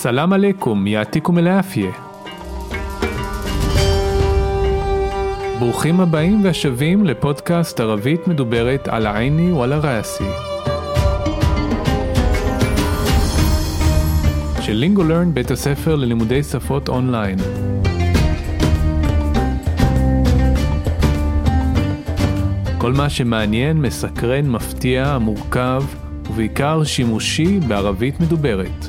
סלام עליכום, יעתיקום אל-עאפיה. ברוכים הבאים והשבים לפודקאסט ערבית מדוברת על העיני ועל הראסי. של לינגולרן, בית הספר ללימודי שפות אונליין. כל מה שמעניין, מסקרן, מפתיע, מורכב ובעיקר שימושי בערבית מדוברת.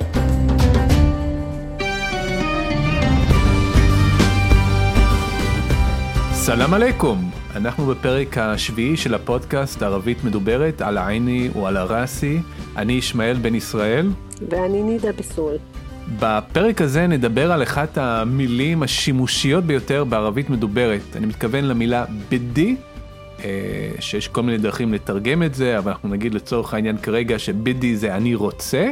סלام עליכום, אנחנו בפרק השביעי של הפודקאסט ערבית מדוברת על העיני ועל הראסי. אני ישמעאל בן ישראל. ואני נידה בסול. בפרק הזה נדבר על אחת המילים השימושיות ביותר בערבית מדוברת. אני מתכוון למילה בדי, שיש כל מיני דרכים לתרגם את זה, אבל אנחנו נגיד לצורך העניין כרגע שבדי זה אני רוצה,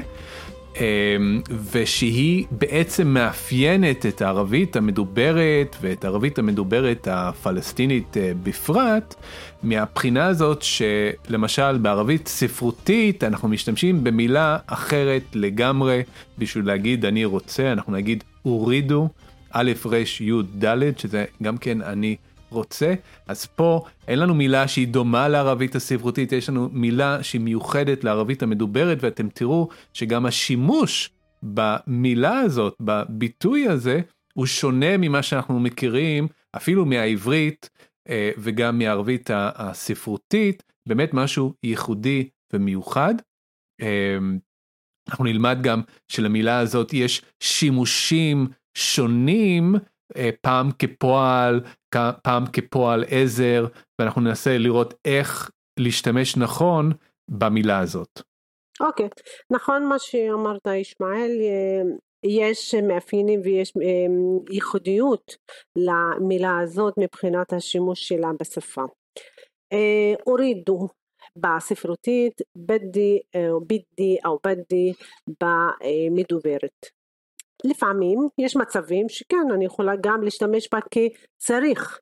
ושהיא בעצם מאפיינת את הערבית המדוברת ואת הערבית המדוברת הפלסטינית בפרט, מהבחינה הזאת שלמשל בערבית ספרותית אנחנו משתמשים במילה אחרת לגמרי בשביל להגיד אני רוצה, אנחנו נגיד אורידו, א' ר' י' ד', שזה גם כן אני רוצה. אז פה אין לנו מילה שהיא דומה לערבית הספרותית, יש לנו מילה שהיא מיוחדת לערבית המדוברת, ואתם תראו שגם השימוש במילה הזאת, בביטוי הזה, הוא שונה ממה שאנחנו מכירים, אפילו מהעברית וגם מהערבית הספרותית, באמת משהו ייחודי ומיוחד. אנחנו נלמד גם שלמילה הזאת יש שימושים שונים, פעם כפועל, פעם כפועל עזר, ואנחנו ננסה לראות איך להשתמש נכון במילה הזאת. אוקיי, נכון מה שאמרת ישמעאל, יש מאפיינים ויש ייחודיות למילה הזאת מבחינת השימוש שלה בשפה. אורידו בספרותית, בדי או בדי במדוברת. לפעמים יש מצבים שכן אני יכולה גם להשתמש בה כצריך.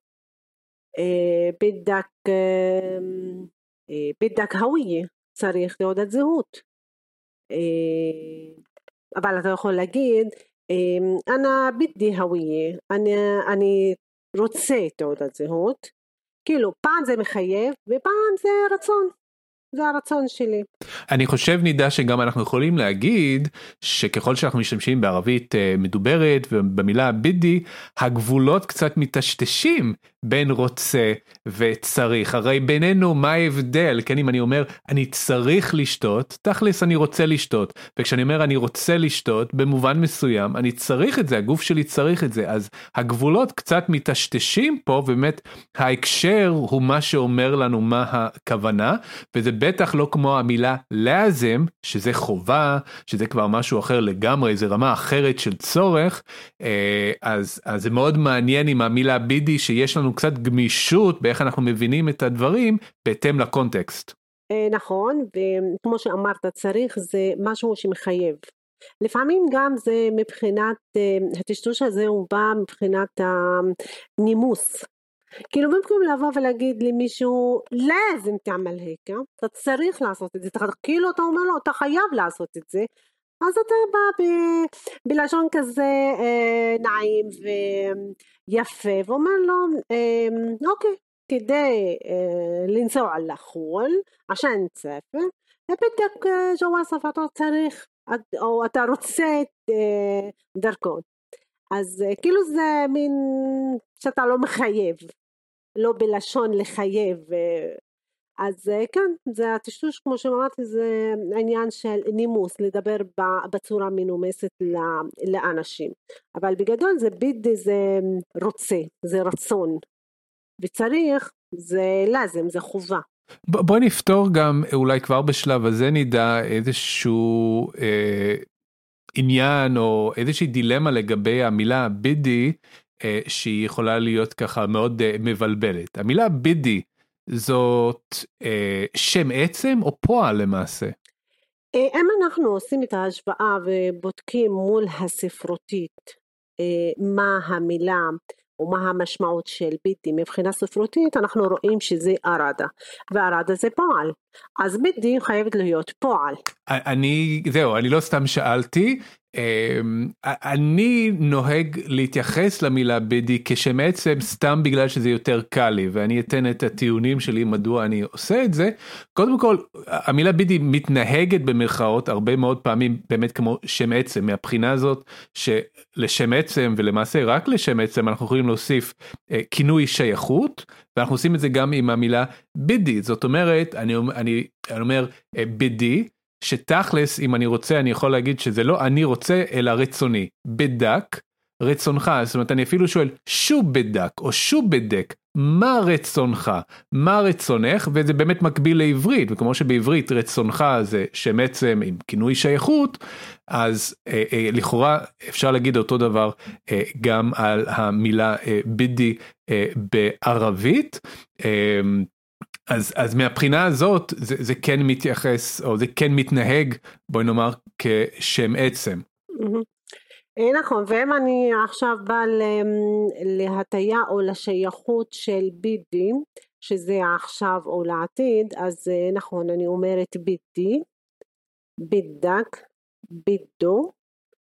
בדק הוויה, צריך תעודת זהות. אבל אתה יכול להגיד אני בדי הוויה, אני רוצה תעודת זהות. כאילו פעם זה מחייב ופעם זה רצון. זה הרצון שלי. אני חושב נידה שגם אנחנו יכולים להגיד שככל שאנחנו משתמשים בערבית מדוברת ובמילה בידי, הגבולות קצת מטשטשים בין רוצה וצריך. הרי בינינו מה ההבדל? כן, אם אני אומר אני צריך לשתות, תכלס אני רוצה לשתות. וכשאני אומר אני רוצה לשתות, במובן מסוים אני צריך את זה, הגוף שלי צריך את זה. אז הגבולות קצת מטשטשים פה, ובאמת ההקשר הוא מה שאומר לנו מה הכוונה, וזה בטח לא כמו המילה לאזם, שזה חובה, שזה כבר משהו אחר לגמרי, זה רמה אחרת של צורך. אז זה מאוד מעניין עם המילה בידי, שיש לנו קצת גמישות באיך אנחנו מבינים את הדברים בהתאם לקונטקסט. נכון, וכמו שאמרת, צריך זה משהו שמחייב. לפעמים גם זה מבחינת, הטשטוש הזה הוא בא מבחינת הנימוס. כאילו במקום לבוא ולהגיד למישהו לازم تعمل هيك, אתה צריך לעשות את זה, כאילו אתה אומר לו אתה חייב לעשות את זה, אז אתה בא בלשון כזה נעים ויפה ואומר לו אוקיי, כדי לנסוע לחו"ל עשן תסافر بدك جواز سفر, אתה צריך או אתה רוצה דרכון. אז כאילו זה מין שאתה לא מחייב, לא בלשון לחייב. אז כן, זה הטשטוש כמו שאמרתי, זה עניין של נימוס, לדבר בצורה מנומסת לאנשים. אבל בגדול זה בידי, זה רוצה, זה רצון, וצריך זה לזם, זה חובה. בוא נפתור גם אולי כבר בשלב הזה נדע איזשהו עניין או איזושהי דילמה לגבי המילה בידי, שהיא יכולה להיות ככה מאוד מבלבלת. המילה בידי זאת שם עצם או פועל למעשה? אם אנחנו עושים את ההשוואה ובודקים מול הספרותית מה המילה ומה המשמעות של בידי מבחינה ספרותית, אנחנו רואים שזה ארדה, וארדה זה פועל, אז בידי חייבת להיות פועל. אני לא סתם שאלתי, אני נוהג להתייחס למילה בידי כשם עצם סתם בגלל שזה יותר קל לי, ואני אתן את הטיעונים שלי מדוע אני עושה את זה. קודם כל, המילה בידי מתנהגת במרכאות הרבה מאוד פעמים באמת כמו שם עצם, מהבחינה הזאת שלשם עצם ולמעשה רק לשם עצם אנחנו יכולים להוסיף כינוי שייכות, ואנחנו עושים את זה גם עם המילה בידי. זאת אומרת, אני אומר בידי, שתכלס אם אני רוצה אני יכול להגיד שזה לא אני רוצה אלא רצוני, בדק רצונך. זאת אומרת אני אפילו שואל שו בדק או שו בדק, מה רצונך, מה רצונך, וזה באמת מקביל לעברית, וכמו שבעברית רצונך זה שם עצם עם כינוי שייכות, אז לכאורה אפשר להגיד אותו דבר גם על המילה בידי בערבית. אז מהבחינה הזאת זה כן מתייחס או זה כן מתנהג בואי נאמר כשם עצם. נכון, ואם אני עכשיו בא להטיה או לשייכות של בידי שזה עכשיו או לעתיד, אז נכון אני אומרת בידי, בידק, בידו,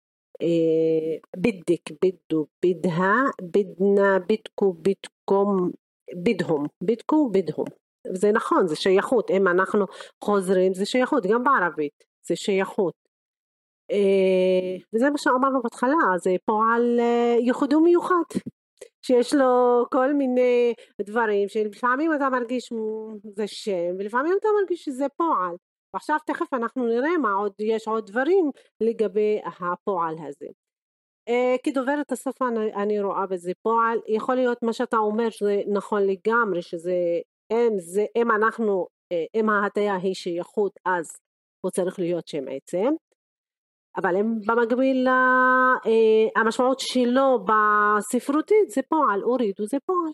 בידק, בידו, בידها, בידנה, בידקו, בידקום, בידהם, בידקו, בידהם. זה נכון, זה שייכות, אם אנחנו חוזרים זה שייכות, גם בערבית זה שייכות, וזה מה שאמרנו בהתחלה, זה פועל ייחוד ומיוחד, שיש לו כל מיני דברים שלפעמים אתה מרגיש זה שם ולפעמים אתה מרגיש שזה פועל, ועכשיו תכף אנחנו נראה מה עוד, יש עוד דברים לגבי הפועל הזה. כדוברת השפה אני רואה בזה פועל, יכול להיות מה שאתה אומר שזה נכון לגמרי, שזה אם אנחנו, אם ההטיה היא שייכות אז הוא צריך להיות שם עצם, אבל אם במקביל המשמעות שלו בספרותית זה פועל, הורידו זה פועל.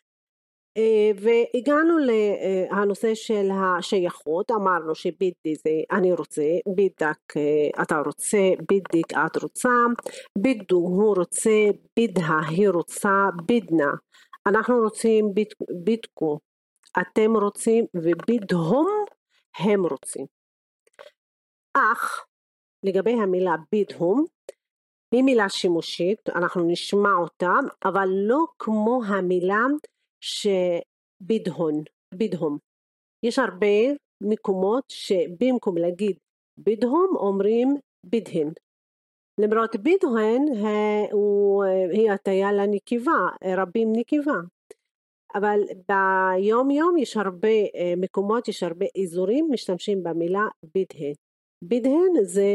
והגענו לנושא של השייכות, אמרנו שבידי זה אני רוצה, בידק אתה רוצה, בידיק את רוצה, בידו הוא רוצה, בידה היא רוצה, בידנה אנחנו רוצים, בידקו אתם רוצים, ובידהם הם רוצים. אך לגבי המילה בידהם היא מילה שימושית, אנחנו נשמע אותה, אבל לא כמו המילה שבידהון, בידהם. יש הרבה מקומות שבמקום להגיד בידהם אומרים בידהן, למרות בידהן היא הטיה לנקבה, רבים נקבה, אבל ביום יום יש הרבה מקומות, יש הרבה אזורים משתמשים במילה בידהן. בידהן זה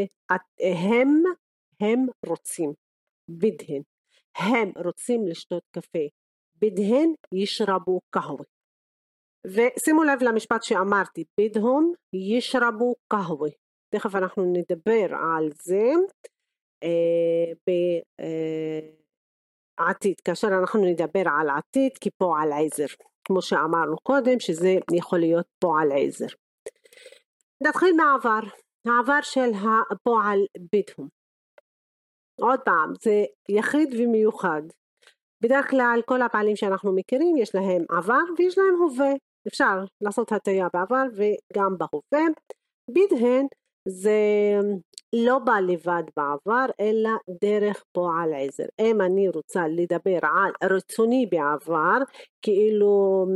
הם רוצים, בידהן הם רוצים לשתות קפה, בידהן ישרבו קהווה. ושימו לב למשפט שאמרתי, בידהם ישרבו קהווה, תכף אנחנו נדבר על זה בעתיד, כאשר אנחנו נדבר על עתיד כפועל עזר, כמו שאמרנו קודם שזה יכול להיות פועל עזר. נתחיל מהעבר, העבר של הפועל בידהם. עוד פעם, זה יחיד ומיוחד. בדרך כלל כל הפעלים שאנחנו מכירים יש להם עבר ויש להם הווה. אפשר לעשות הטיה בעבר וגם בהווה. בידהן זה לא בא לבד בעבר אלא דרך פועל עזר. אם אני רוצה לדבר על רצוני בעבר, כאילו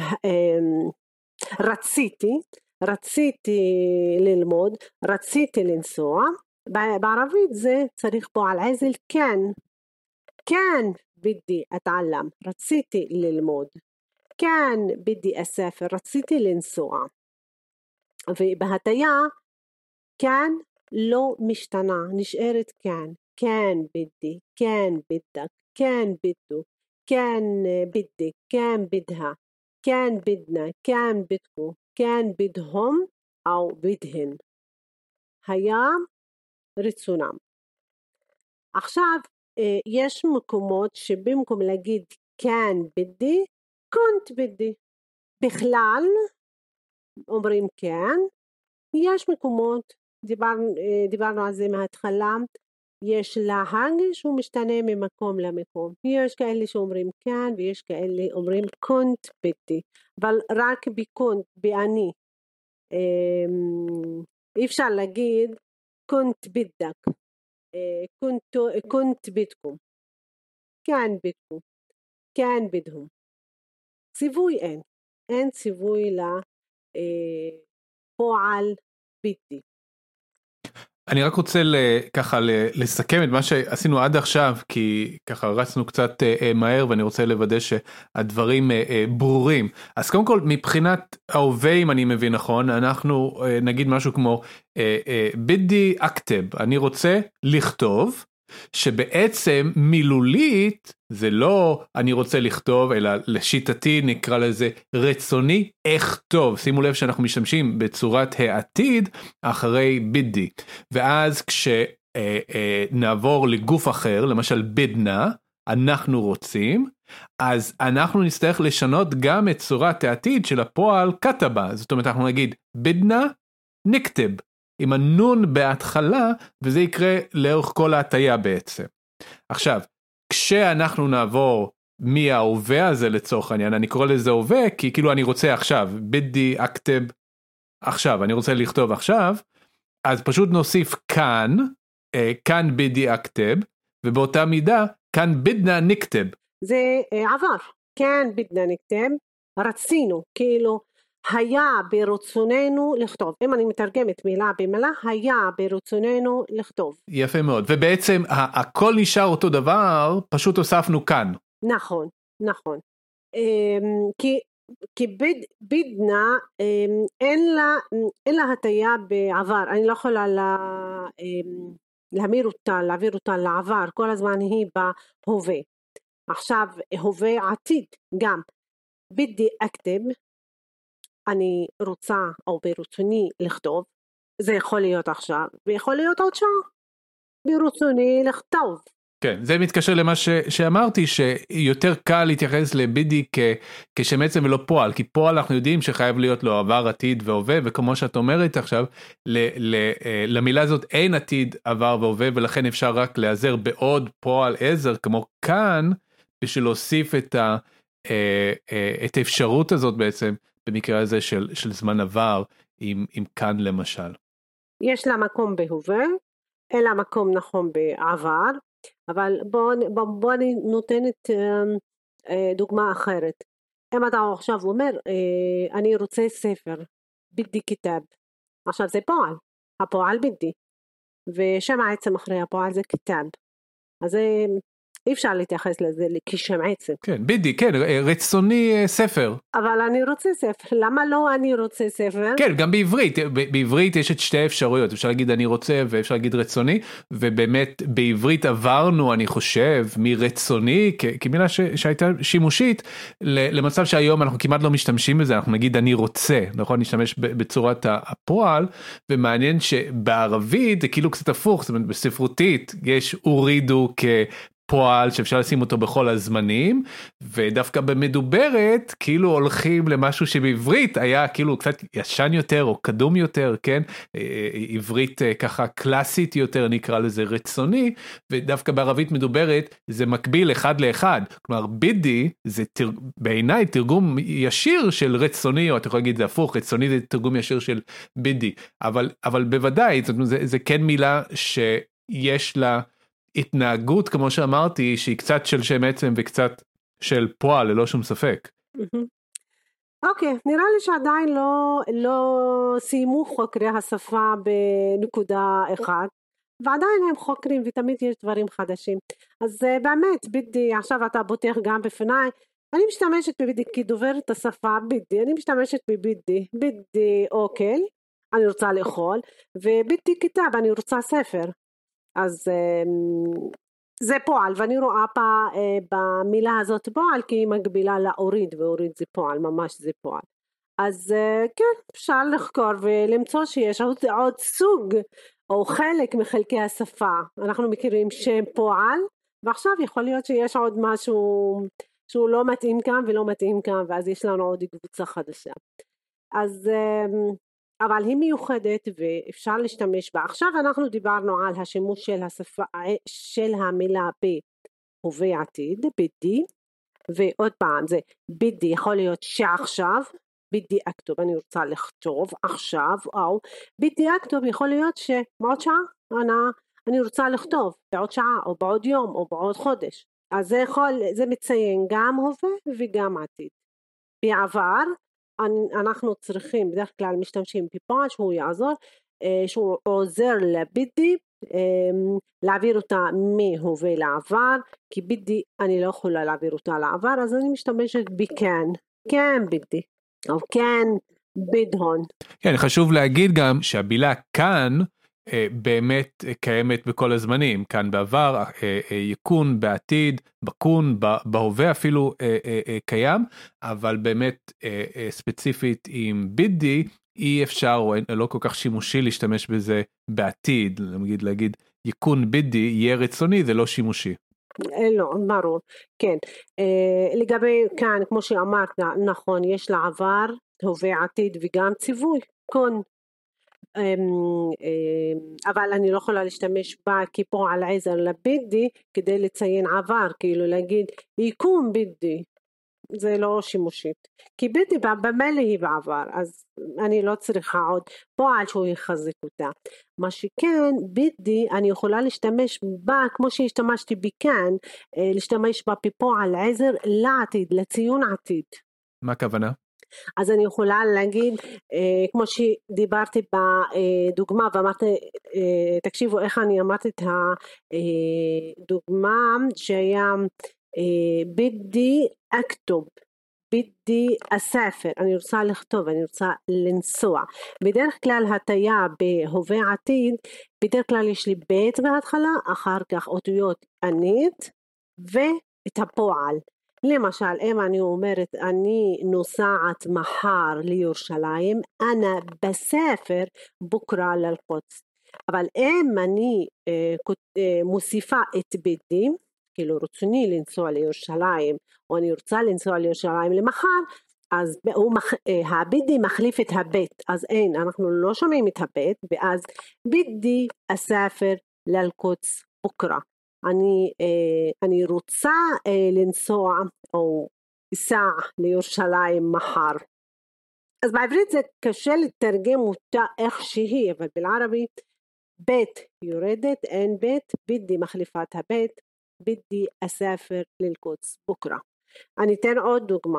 רציתי ללמוד, רציתי לנסוע, בערבית זה צריך פועל עזר כן בידי אתעלם, רציתי ללמוד, כן בידי אספר, רציתי לנסוע. ובהטיה כן לא משתנה, נשארת כן בידי, כן בידק, כן בידו, כן בידי, כן בידها, כן בידנה, כן בידקו, כן בידהם או בידהן, היה רצונם. עכשיו יש מקומות שבמקום להגיד כן בידי, קונט בידי, בכלל אומרים כן. יש מקומות, דיברנו על זה מההתחלה, יש להג שהוא משתנה ממקום למקום, יש כאלה שאומרים כן ויש כאלה אומרים קונט בידי, אבל רק בקונט, באני, אי אפשר להגיד קונט בידק, كنت بدكم كان بدكم كان بدهم ציווי אין ציווי לפועל בלתי. אני רק רוצה ככה לסכם את מה שעשינו עד עכשיו, כי ככה רצנו קצת מהר ואני רוצה לוודא שהדברים ברורים. אז קודם כל מבחינת ההווה, אם אני מבין נכון, אנחנו נגיד משהו כמו בדי אכתב, אני רוצה לכתוב, שבעצם מילולית זה לא אני רוצה לכתוב, אלא לשיטתי נקרא לזה רצוני אכתוב. שימו לב שאנחנו משתמשים בצורת העתיד אחרי בידי, ואז כשנעבור לגוף אחר, למשל בידנה, אנחנו רוצים, אז אנחנו נצטרך לשנות גם את צורת העתיד של הפועל כתבה. זאת אומרת אנחנו נגיד בידנה נכתב עם הנון בהתחלה, וזה יקרה לאורך כל ההטיה בעצם. עכשיו, כשאנחנו נעבור מההווה הזה לצורך העניין, אני קורא לזה הווה, כי כאילו אני רוצה עכשיו, בידי אכתב עכשיו, אני רוצה לכתוב עכשיו, אז פשוט נוסיף כאן, כאן בידי אכתב, ובאותה מידה, כאן בידנה נכתב. זה עבר, כאן בידנה נכתב, רצינו, כאילו, היה ברצוננו לכתוב. אם אני מתרגמת מילה במילה, היה ברצוננו לכתוב. יפה מאוד, ובעצם הכל נשאר אותו דבר, פשוט הוספנו כאן. נכון, נכון. כי בידנה אין לה הטיה בעבר, אני לא יכולה להעביר אותה לעבר, כל הזמן היא בהווה. עכשיו הווה עתיד גם, בידי אכתב, אני רוצה או ברצוני לכתוב, זה יכול להיות עכשיו, ויכול להיות עוד שעה, ברצוני לכתוב. כן, זה מתקשר למה שאמרתי, שיותר קל להתייחס לבידי כשם עצם ולא פועל, כי פועל אנחנו יודעים שחייב להיות לו עבר, עתיד והווה, וכמו שאת אומרת עכשיו, למילה הזאת אין עתיד, עבר והווה, ולכן אפשר רק להיעזר בעוד פועל עזר, כמו כאן, בשביל להוסיף את האפשרות הזאת בעצם, במקרה הזה של זמן עבר, עם כאן למשל. יש לה מקום בהווה, אין לה מקום נכון בעבר, אבל בוא אני נותנת דוגמה אחרת. אם אתה עכשיו אומר, אני רוצה ספר, בידי כתב, עכשיו זה פועל, הפועל בידי, ושם העצם אחרי הפועל זה כתב, אז אי אפשר להתייחס לזה כשם עצם. כן, בידי, כן, רצוני ספר. אבל אני רוצה ספר, למה לא אני רוצה ספר? כן, גם בעברית יש את שתי אפשרויות, אפשר להגיד אני רוצה ואפשר להגיד רצוני, ובאמת בעברית עברנו, אני חושב, מרצוני, כמילה שהייתה שימושית, למצב שהיום אנחנו כמעט לא משתמשים בזה, אנחנו נגיד אני רוצה, נכון, נשתמש בצורת הפועל, ומעניין שבערבית זה כאילו קצת הפוך, זאת אומרת בספרותית יש הורידו פועל שאפשר לשים אותו בכל הזמנים, ודווקא במדוברת כאילו הולכים למשהו שבעברית היה כאילו קצת ישן יותר או קדום יותר, כן, עברית ככה קלאסית יותר נקרא לזה רצוני, ודווקא בערבית מדוברת זה מקביל אחד לאחד, כלומר בידי זה בעיניי תרגום ישיר של רצוני, או אתה יכול להגיד זה הפוך, רצוני זה תרגום ישיר של בידי, אבל בוודאי זה כן מילה שיש לה התנהגות, כמו שאמרתי, שהיא קצת של שם עצם וקצת של פועל, ללא שום ספק. אוקיי, נראה לי שעדיין לא סיימו חוקרי השפה בנקודה אחת, ועדיין הם חוקרים ותמיד יש דברים חדשים. אז באמת, בידי, עכשיו אתה בוטח גם בפניי, אני משתמשת בבידי כדוברת השפה בידי, אני משתמשת בידי אוכל, אני רוצה לאכול, ובידי כתב, אני רוצה ספר. אז זה פועל, ואני רואה במילה הזאת פועל, כי היא מקבילה להוריד, והוריד זה פועל, ממש זה פועל. אז כן, אפשר לחקור ולמצוא שיש עוד סוג, או חלק מחלקי השפה. אנחנו מכירים שם פועל, ועכשיו יכול להיות שיש עוד משהו שהוא לא מתאים כאן ולא מתאים כאן, ואז יש לנו עוד קבוצה חדשה. אז אבל היא מיוחדת ואפשר להשתמש בה. עכשיו אנחנו דיברנו על השימוש של השפה, של המילה בהווה עתיד, בידי, ועוד פעם זה בידי יכול להיות שעכשיו, בידי אכתוב, אני רוצה לכתוב עכשיו, או בידי אכתוב יכול להיות שמאוד שעה, אני רוצה לכתוב בעוד שעה או בעוד יום או בעוד חודש. אז זה מציין גם הווה וגם עתיד. בעבר אנחנו צריכים, בדרך כלל משתמשים בפועל שהוא יעזור, שהוא עוזר לבידי להעביר אותה מהווה לעבר, כי בידי אני לא יכולה להעביר אותה לעבר, אז אני משתמשת בכן, כן בידי, או כן בידהון. כן, חשוב להגיד גם שהבילה כאן באמת קיימת בכל הזמנים, כאן בעבר, יקון בעתיד, בקון, בהווה אפילו קיים, אבל באמת ספציפית עם בידי, אי אפשר או לא כל כך שימושי להשתמש בזה בעתיד, להגיד יקון בידי יהיה רצוני, זה לא שימושי. לא, ברור, כן. לגבי כאן, כמו שאמרת, נכון, יש לעבר, הווה עתיד וגם ציווי, קון. אבל אני לא יכולה להשתמש בה כפועל עזר לבידי כדי לציין עבר, כאילו להגיד יקום בידי, זה לא שימושית, כי בידי במילא היא בעבר, אז אני לא צריכה עוד פועל שהוא יחזק אותה. מה שכן, בידי אני יכולה להשתמש בה כמו שהשתמשתי בכאן, להשתמש בה בפועל עזר לעתיד, לציון עתיד. מה הכוונה? אז אני יכולה להגיד, כמו שדיברתי בדוגמה, ואמרתי, תקשיבו איך אני אמרתי את הדוגמה, שהיה בידי אכתוב, בידי הספר, אני רוצה לכתוב, אני רוצה לנסוע. בדרך כלל הטיה בהווה עתיד, בדרך כלל יש לי בית בהתחלה, אחר כך אותיות אנית, ואת הפועל. למשל, אם אני אומרת, אני נוסעת מחר לירושלים, אנה בספר בוקרה ללקוץ. אבל אם אני מוסיפה את בידי, כאילו רצוני לנסוע לירושלים, או אני רוצה לנסוע לירושלים למחר, אז הבידי מחליף את הבית, אז אין, אנחנו לא שומעים את הבית, ואז בידי הספר ללקוץ בוקרה. אני רוצה לנסוע או סע לירושלים מחר. אז בעברית זה קשה לתרגם אותה איך שהיא, אבל בערבית בית יורדת, אין בית, בידי מחליפה את הבית, בידי הספר ללקוץ בוקרה. אני אתן עוד דוגמה.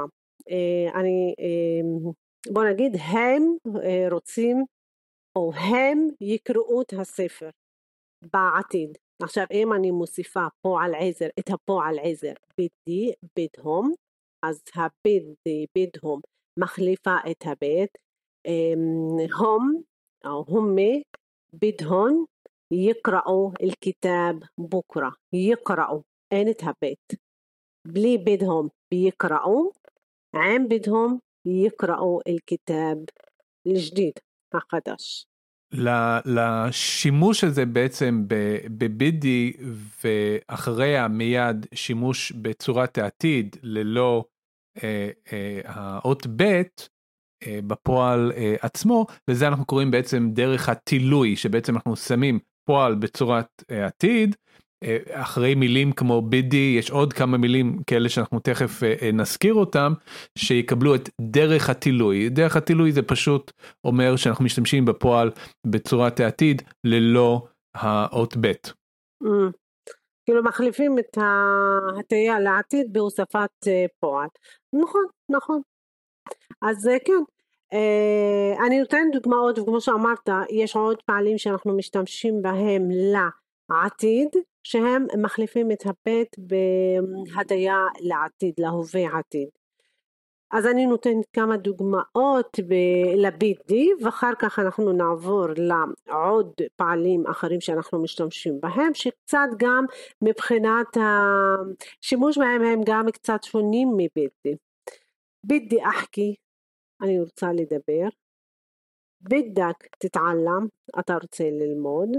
בוא נגיד הם רוצים או הם יקראו את הספר בעתיד. עכשיו אם אני מוסיפה פועל עזר, את הפועל עזר בידי, בידהום, אז הבידי, בידהום מחליפה את הבית, הום או הומי, בידהון יקראו אל-כיתאב בוקרה, יקראו, אין את הבית, בלי בידהום יקראו, עם בידהום יקראו אל-כיתאב الجديد החדש. לשימוש הזה בעצם בבידי ואחריה מיד שימוש בצורת העתיד ללא האות בית בפועל עצמו, וזה אנחנו קוראים בעצם דרך התילוי, שבעצם אנחנו שמים פועל בצורת עתיד, אחרי מילים כמו בידי, יש עוד כמה מילים כאלה שאנחנו תכף נזכיר אותם, שיקבלו את דרך התילוי. דרך התילוי זה פשוט אומר שאנחנו משתמשים בפועל בצורת העתיד ללא האות בית. כאילו מחליפים את ההטיה לעתיד בהוספת פועל. נכון, נכון. אז כן, אני נותן דוגמאות, וכמו שאמרת, יש עוד פעלים שאנחנו משתמשים בהם לעתיד, שהם מחליפים את הבית בהטיה לעתיד, להווה עתיד. אז אני נותנת כמה דוגמאות לבידי, ואחר כך אנחנו נעבור לעוד פעלים אחרים שאנחנו משתמשים בהם, שקצת גם מבחינת השימוש בהם הם גם קצת שונים מבידי. בידי אחכי, אני רוצה לדבר. בידק תתעלם, אתה רוצה ללמוד.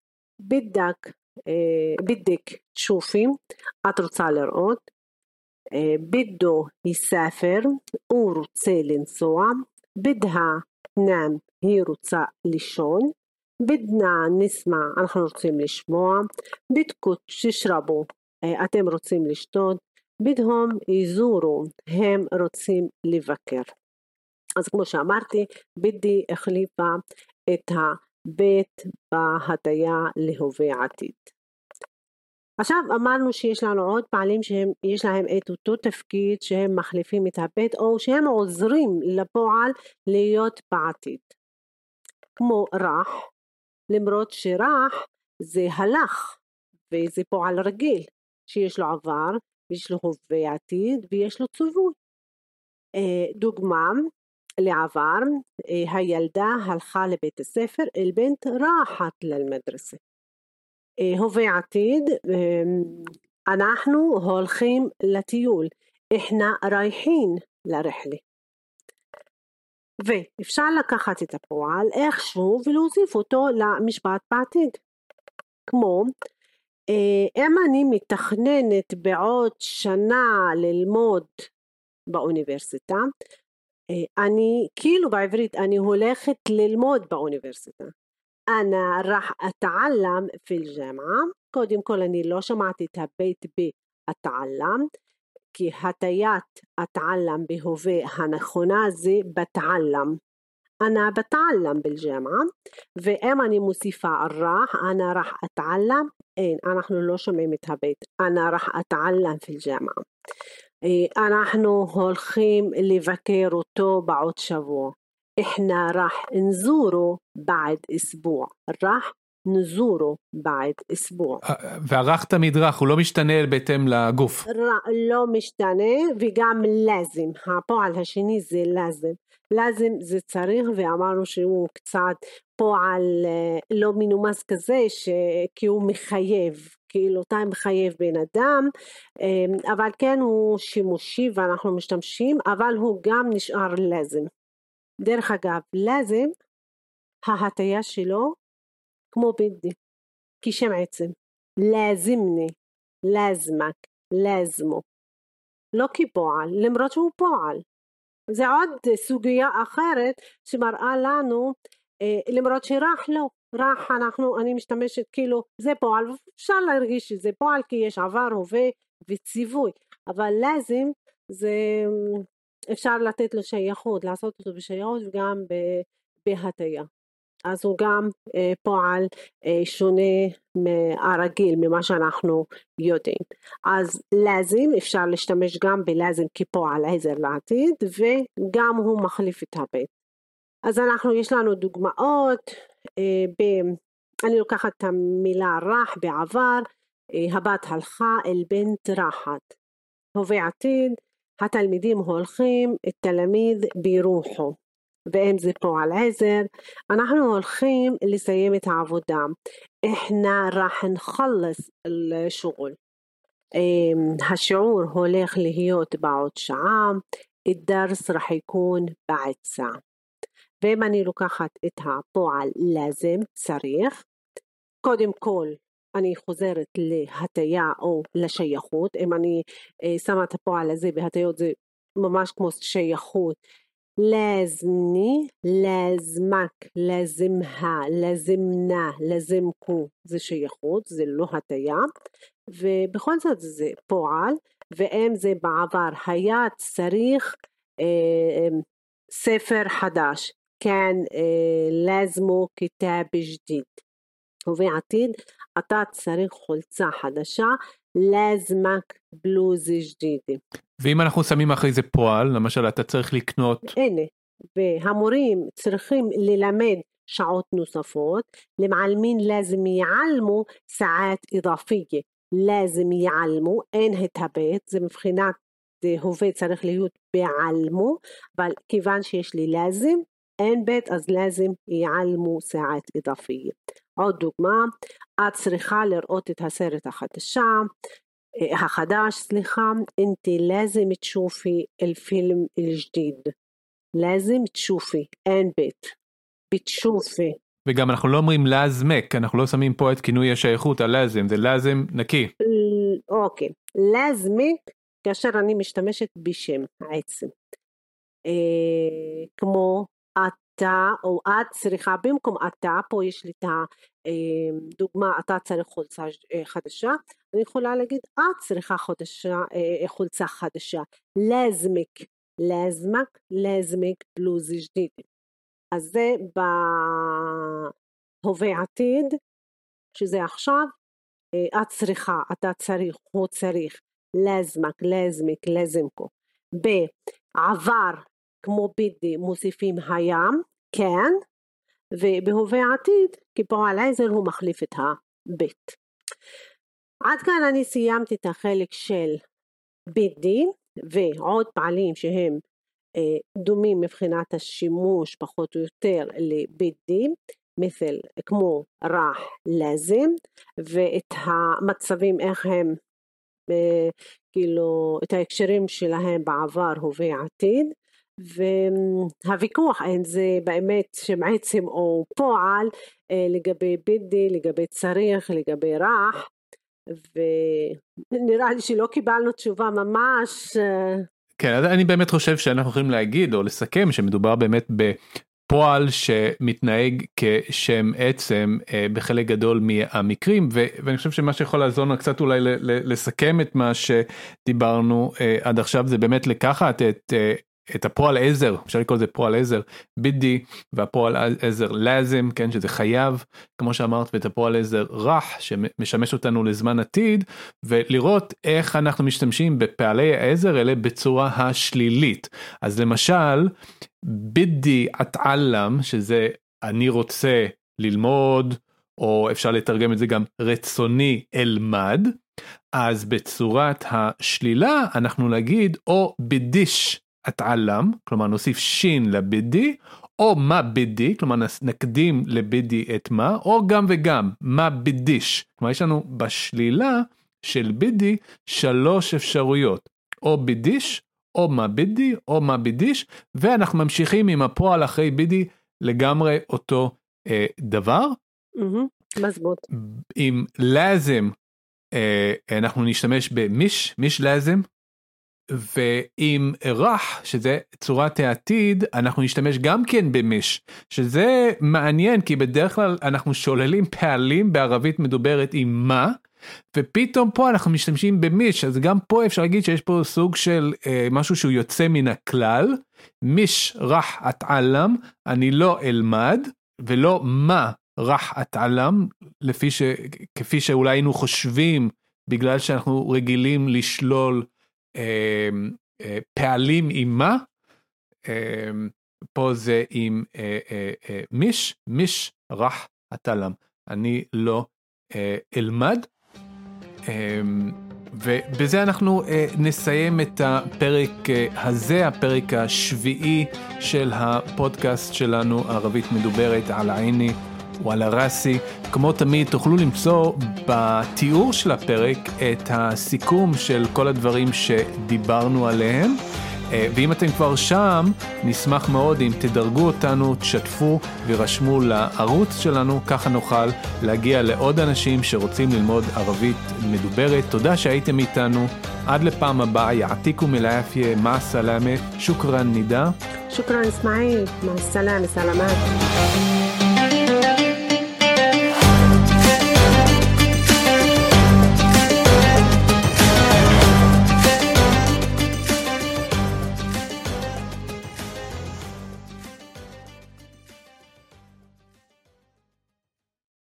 בידק תשופי, את רוצה לראות. בידו יספר, הוא רוצה לנסוע. בידها תנם, היא רוצה לישון. בידנה נשמע, אנחנו רוצים לשמוע. בידקו תשרבו, אתם רוצים לשתות. בידהם יזורו, הם רוצים לבקר. אז כמו שאמרתי, בידי החליפה את בית בהטיה להווה עתיד. עכשיו אמרנו שיש לנו עוד פעלים שיש להם את אותו תפקיד שהם מחליפים את הבית או שהם עוזרים לפועל להיות בעתיד. כמו רח, למרות שרח זה הלך וזה פועל רגיל שיש לו עבר ויש לו הווה עתיד ויש לו ציווי. דוגמה לעבר, הילדה הלכה לבית הספר, البنت راحت للمدرسة. הווה עתיד, אנחנו הולכים לטיול, احنا رايحين לרחלה. ואפשר לקחת את הפועל איכשהו ולהוסיף אותו למשפט בעתיד. כמו, אם אני מתכננת בעוד שנה ללמוד באוניברסיטה, אני, כאילו בעברית, אני הולכת ללמוד באוניברסיטה. أنا راح أتعلم في الجامعة. קודם כל אני לא שמעתי את הבית ב"אתעלם", כי הטיית أتعلم בהווה הנכונה זה בתעלם. أنا بتعلم بالجامعة. ואם אני מוסיפה راح, أنا راح أتعلم, אין, אנחנו לא שומעים את הבית. أنا راح أتعلم في الجامعة. אנחנו הולכים לבקר אותו בעוד שבוע. إحنا راح نزوره بعد أسبوع. راح نزوره بعد أسبوع. והרך תמיד רך, הוא לא משתנה בהתאם לגוף. לא משתנה, וגם לזם. הפועל השני זה לזם. לזם זה צריך, ואמרנו שהוא קצת פועל לא מנומס כזה, כי הוא מחייב, כאילו אתה מחייב בן אדם, אבל כן הוא שימושי ואנחנו משתמשים, אבל הוא גם נשאר לזם. דרך אגב, לזם, ההטיה שלו כמו בידי, כשם עצם. לזמני, לזמק, לזמו. לא כפועל, למרות שהוא פועל. זה עוד סוגיה אחרת שמראה לנו, למרות שרח לא. רח אני משתמשת כאילו, זה פועל, אפשר להרגיש שזה פועל כי יש עבר, הווה וציווי. אבל לזם זה אפשר לתת לו שייכות, לעשות אותו בשייכות וגם בהטיה. אז הוא גם פועל שונה מהרגיל, ממה שאנחנו יודעים. אז לזם, אפשר להשתמש גם בלזם כפועל עזר לעתיד, וגם הוא מחליף את הבית. אז יש לנו דוגמאות, אני לוקחת את המילה רח בעבר, הבת הלכה, البنت راحت. הווה עתיד, התלמידים הולכים, التلاميذ بيروحوا. ואם זה פועל עזר, אנחנו הולכים לסיים את העבודה. إحنا راح نخلص الشغل. השיעור הולך להיות בעוד שעה, الدرس راح يكون بعد ساعة. ואם אני לוקחת את הפועל לזם, צריך, קודם כל אני חוזרת להטיה או לשייכות. אם אני שמה את הפועל הזה בהטיות, זה ממש כמו שייכות. لازمني, لازمك, لازمها, لازمنا, لازمكو, זה שייכות, זה לא הטיה, ובכל זאת זה פועל, ואם זה בעבר היה צריך ספר חדש, כן, لازمو كتاب جديد. ובעתיד אתה צריך חולצה חדשה, لازمك بلوز جديد. ואם אנחנו שמים אחרי זה פועל, למשל אתה צריך לקנות. הנה, והמורים צריכים ללמד שעות נוספות, למעלמין لازم يعلموا ساعات إضافية. لازم يعلموا, אין התבט, זה מבחינת הווה צריך להיות בעלמו, אבל כיוון שיש לי لازم, אין בית, אז لازم يعلموا ساعات إضافية. עוד דוגמה, את צריכה לראות את הסרט החדש, انت لازم تشوفي الفيلم الجديد. لازم تشوفي, אין בית, بتشوفي. וגם אנחנו לא אומרים לזמק, אנחנו לא שמים פה את כינוי השייכות הלזם, זה לזם נקי. אוקיי, לזמק, כאשר אני משתמשת בשם עצם. כמו אתה או את צריכה, במקום אתה, פה יש לי את הדוגמה, אתה צריך חולצה חדשה, אני יכולה להגיד, את צריכה חולצה חדשה, לזמק, לזמק, לזמק בלוז ג'דיד. אז זה הווה עתיד, שזה עכשיו, את צריכה, אתה צריך, הוא צריך, לזמק, לזמיק, לזמקו. בעבר, כמו בידי, מוסיפים הים, כן, ובהווה עתיד, כפועל עזר הוא מחליף את הבית. עד כאן אני סיימתי את החלק של בידי, ועוד פעלים שהם דומים מבחינת השימוש פחות או יותר לבידי, כמו רח לזם, ואת המצבים איך הם, כאילו את ההקשרים שלהם בעבר הווה עתיד, והוויכוח אין זה באמת שמעצם או פועל לגבי בידי, לגבי צריך, לגבי רח, ונראה לי שלא קיבלנו תשובה ממש. כן, אז אני באמת חושב שאנחנו יכולים להגיד או לסכם שמדובר באמת בפועל שמתנהג כשם עצם בחלק גדול מהמקרים, ואני חושב שמה שיכול לעזור לנו קצת אולי לסכם את מה שדיברנו עד עכשיו, זה באמת לקחת את הפועל עזר, אפשר לקרוא לזה פועל עזר בידי, והפועל עזר לזם, כן, שזה חייב, כמו שאמרת, ואת הפועל עזר רח, שמשמש אותנו לזמן עתיד, ולראות איך אנחנו משתמשים בפעלי העזר האלה בצורה השלילית. אז למשל, בידי אתעלם, שזה אני רוצה ללמוד, או אפשר לתרגם את זה גם רצוני אלמד, אז בצורת השלילה אנחנו נגיד או בידיש אתעלם, כלומר נוסיף שין לבידי, או מה בידי, כלומר נקדים לבידי את מה, או גם וגם, מה בידיש. כלומר יש לנו בשלילה של בידי 3 אפשרויות, או בידיש, או מה בידי, או מה בידיש, ואנחנו ממשיכים עם הפועל אחרי בידי לגמרי אותו דבר. מזבוט. עם לזם, אנחנו נשתמש במיש, מיש לזם, ועם רח, שזה צורת העתיד, אנחנו נשתמש גם כן במיש, שזה מעניין, כי בדרך כלל אנחנו שוללים פעלים בערבית מדוברת עם מה, ופתאום פה אנחנו משתמשים במיש, אז גם פה אפשר להגיד שיש פה סוג של משהו שהוא יוצא מן הכלל, מיש רח אתעלם, אני לא אלמד, ולא מה רח אתעלם, כפי שאולי היינו חושבים, בגלל שאנחנו רגילים לשלול פעלים עם מה, פה זה עם מיש רח אתעלם, אני לא אלמד, ובזה אנחנו נסיים את הפרק הזה, הפרק השביעי של הפודקאסט שלנו, ערבית מדוברת על העיני ועל הרסי. כמו תמיד תוכלו למצוא בתיאור של הפרק את הסיכום של כל הדברים שדיברנו עליהם, ואם אתם כבר שם נשמח מאוד אם תדרגו אותנו, תשתפו ורשמו לערוץ שלנו, ככה נוכל להגיע לעוד אנשים שרוצים ללמוד ערבית מדוברת. תודה שהייתם איתנו, עד לפעם הבאה, יעתיקום אל-עאפיה, מע סלאמה, שוקרן נידה. שוקרן אסמאעיל, מע סלאמה, סלאמת.